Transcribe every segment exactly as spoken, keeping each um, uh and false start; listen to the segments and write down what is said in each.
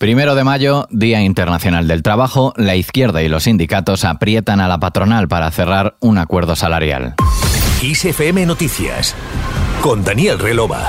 Primero de mayo, Día Internacional del Trabajo, la izquierda y los sindicatos aprietan a la patronal para cerrar un acuerdo salarial. Kiss F M Noticias, con Daniel Relova.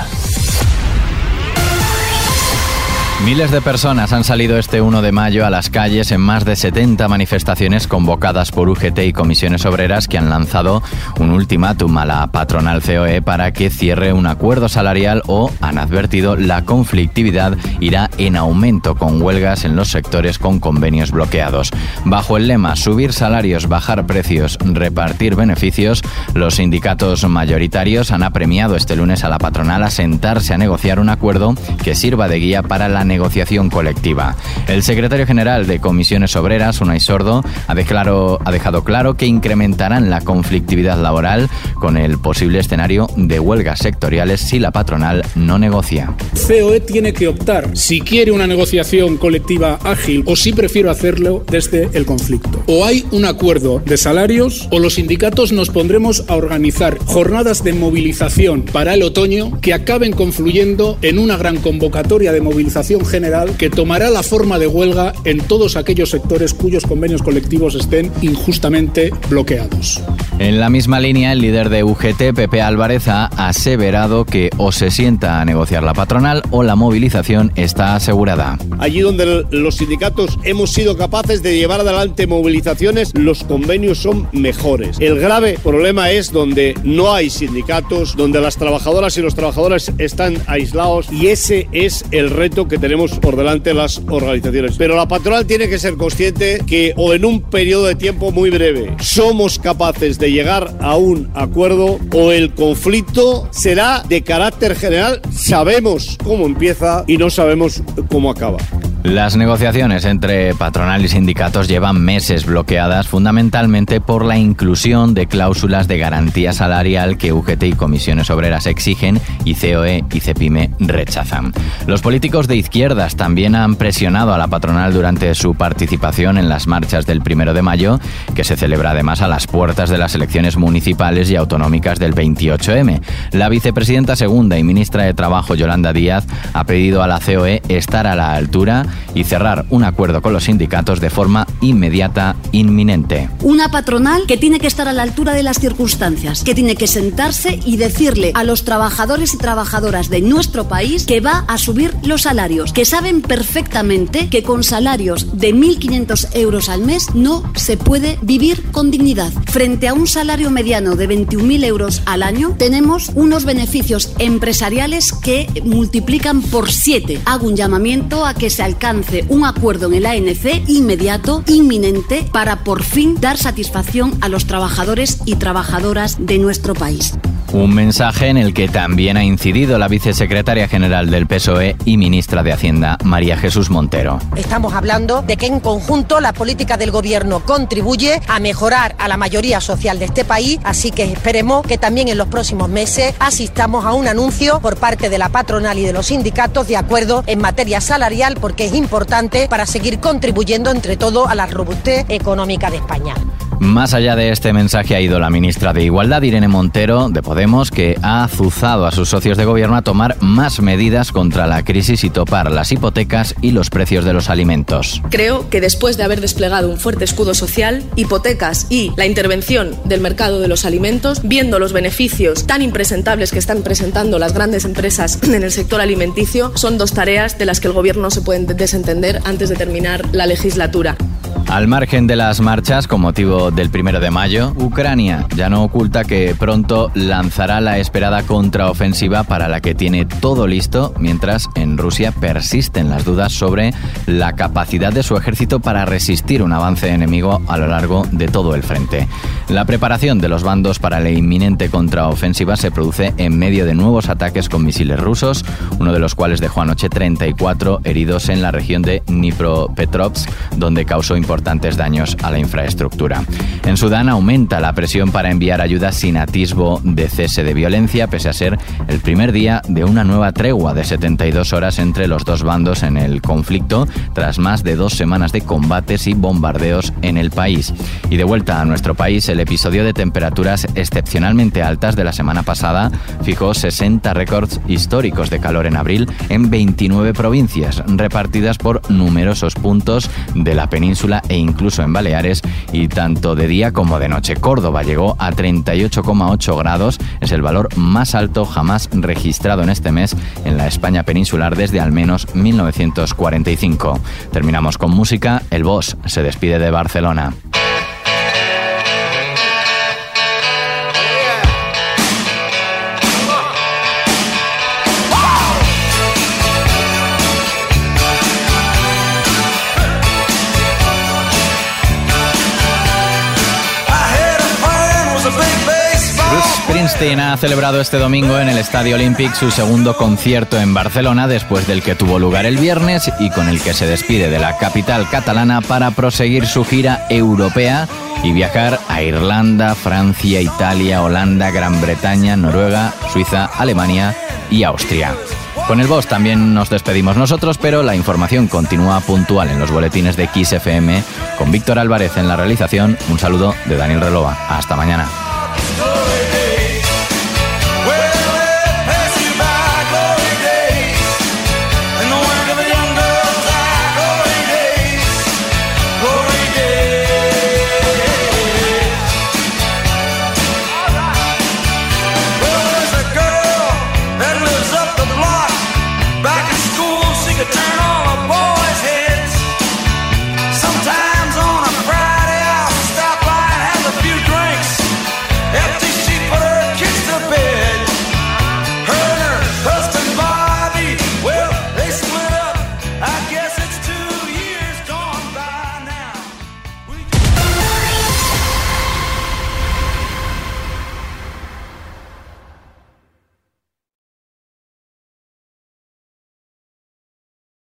Miles de personas han salido este uno de mayo a las calles en más de setenta manifestaciones convocadas por U G T y comisiones obreras que han lanzado un ultimátum a la patronal C O E para que cierre un acuerdo salarial o, han advertido, la conflictividad irá en aumento con huelgas en los sectores con convenios bloqueados. Bajo el lema subir salarios, bajar precios, repartir beneficios, los sindicatos mayoritarios han apremiado este lunes a la patronal a sentarse a negociar un acuerdo que sirva de guía para la negociación colectiva. El secretario general de Comisiones Obreras, Unai Sordo, ha, declarado, ha dejado claro que incrementarán la conflictividad laboral con el posible escenario de huelgas sectoriales si la patronal no negocia. C O E tiene que optar si quiere una negociación colectiva ágil o si prefiere hacerlo desde el conflicto. O hay un acuerdo de salarios o los sindicatos nos pondremos a organizar jornadas de movilización para el otoño que acaben confluyendo en una gran convocatoria de movilización general que tomará la forma de huelga en todos aquellos sectores cuyos convenios colectivos estén injustamente bloqueados. En la misma línea, el líder de U G T, Pepe Álvarez, ha aseverado que o se sienta a negociar la patronal o la movilización está asegurada. Allí donde los sindicatos hemos sido capaces de llevar adelante movilizaciones, los convenios son mejores. El grave problema es donde no hay sindicatos, donde las trabajadoras y los trabajadores están aislados, y ese es el reto que tenemos por delante las organizaciones. Pero la patronal tiene que ser consciente que o en un periodo de tiempo muy breve somos capaces de llegar a un acuerdo o el conflicto será de carácter general. Sabemos cómo empieza y no sabemos cómo acaba. Las negociaciones entre patronal y sindicatos llevan meses bloqueadas fundamentalmente por la inclusión de cláusulas de garantía salarial que U G T y comisiones obreras exigen y C O E y CEPIME rechazan. Los políticos de izquierdas también han presionado a la patronal durante su participación en las marchas del primero de mayo, que se celebra además a las puertas de las elecciones municipales y autonómicas del veintiocho eme. La vicepresidenta segunda y ministra de Trabajo, Yolanda Díaz, ha pedido a la C O E estar a la altura y cerrar un acuerdo con los sindicatos de forma inmediata, inminente. Una patronal que tiene que estar a la altura de las circunstancias, que tiene que sentarse y decirle a los trabajadores y trabajadoras de nuestro país que va a subir los salarios, que saben perfectamente que con salarios de mil quinientos euros al mes no se puede vivir con dignidad. Frente a un salario mediano de veintiún mil euros al año, tenemos unos beneficios empresariales que multiplican por siete. Hago un llamamiento a que se alcance un acuerdo en el A N C inmediato, inminente, para por fin dar satisfacción a los trabajadores y trabajadoras de nuestro país. Un mensaje en el que también ha incidido la vicesecretaria general del P S O E y ministra de Hacienda, María Jesús Montero. Estamos hablando de que en conjunto la política del gobierno contribuye a mejorar a la mayoría social de este país, así que esperemos que también en los próximos meses asistamos a un anuncio por parte de la patronal y de los sindicatos de acuerdo en materia salarial, porque es importante para seguir contribuyendo entre todos a la robustez económica de España. Más allá de este mensaje ha ido la ministra de Igualdad, Irene Montero, de Podemos, que ha azuzado a sus socios de gobierno a tomar más medidas contra la crisis y topar las hipotecas y los precios de los alimentos. Creo que después de haber desplegado un fuerte escudo social, hipotecas y la intervención del mercado de los alimentos, viendo los beneficios tan impresentables que están presentando las grandes empresas en el sector alimenticio, son dos tareas de las que el gobierno se puede desentender antes de terminar la legislatura. Al margen de las marchas con motivo del primero de mayo, Ucrania ya no oculta que pronto lanzará la esperada contraofensiva para la que tiene todo listo, mientras en Rusia persisten las dudas sobre la capacidad de su ejército para resistir un avance enemigo a lo largo de todo el frente. La preparación de los bandos para la inminente contraofensiva se produce en medio de nuevos ataques con misiles rusos, uno de los cuales dejó anoche treinta y cuatro heridos en la región de Dnipropetrovsk, donde causó importantes importantes daños a la infraestructura. En Sudán aumenta la presión para enviar ayuda sin atisbo de cese de violencia, pese a ser el primer día de una nueva tregua de setenta y dos horas entre los dos bandos en el conflicto, tras más de dos semanas de combates y bombardeos en el país. Y de vuelta a nuestro país, el episodio de temperaturas excepcionalmente altas de la semana pasada fijó sesenta récords históricos de calor en abril en veintinueve provincias, repartidas por numerosos puntos de la península e incluso en Baleares, y tanto de día como de noche. Córdoba llegó a treinta y ocho coma ocho grados, es el valor más alto jamás registrado en este mes en la España peninsular desde al menos mil novecientos cuarenta y cinco. Terminamos con música. El Boss se despide de Barcelona. Springsteen ha celebrado este domingo en el Estadio Olímpic su segundo concierto en Barcelona, después del que tuvo lugar el viernes y con el que se despide de la capital catalana para proseguir su gira europea y viajar a Irlanda, Francia, Italia, Holanda, Gran Bretaña, Noruega, Suiza, Alemania y Austria. Con el Boss también nos despedimos nosotros, pero la información continúa puntual en los boletines de Kiss F M, con Víctor Álvarez en la realización. Un saludo de Daniel Relova. Hasta mañana.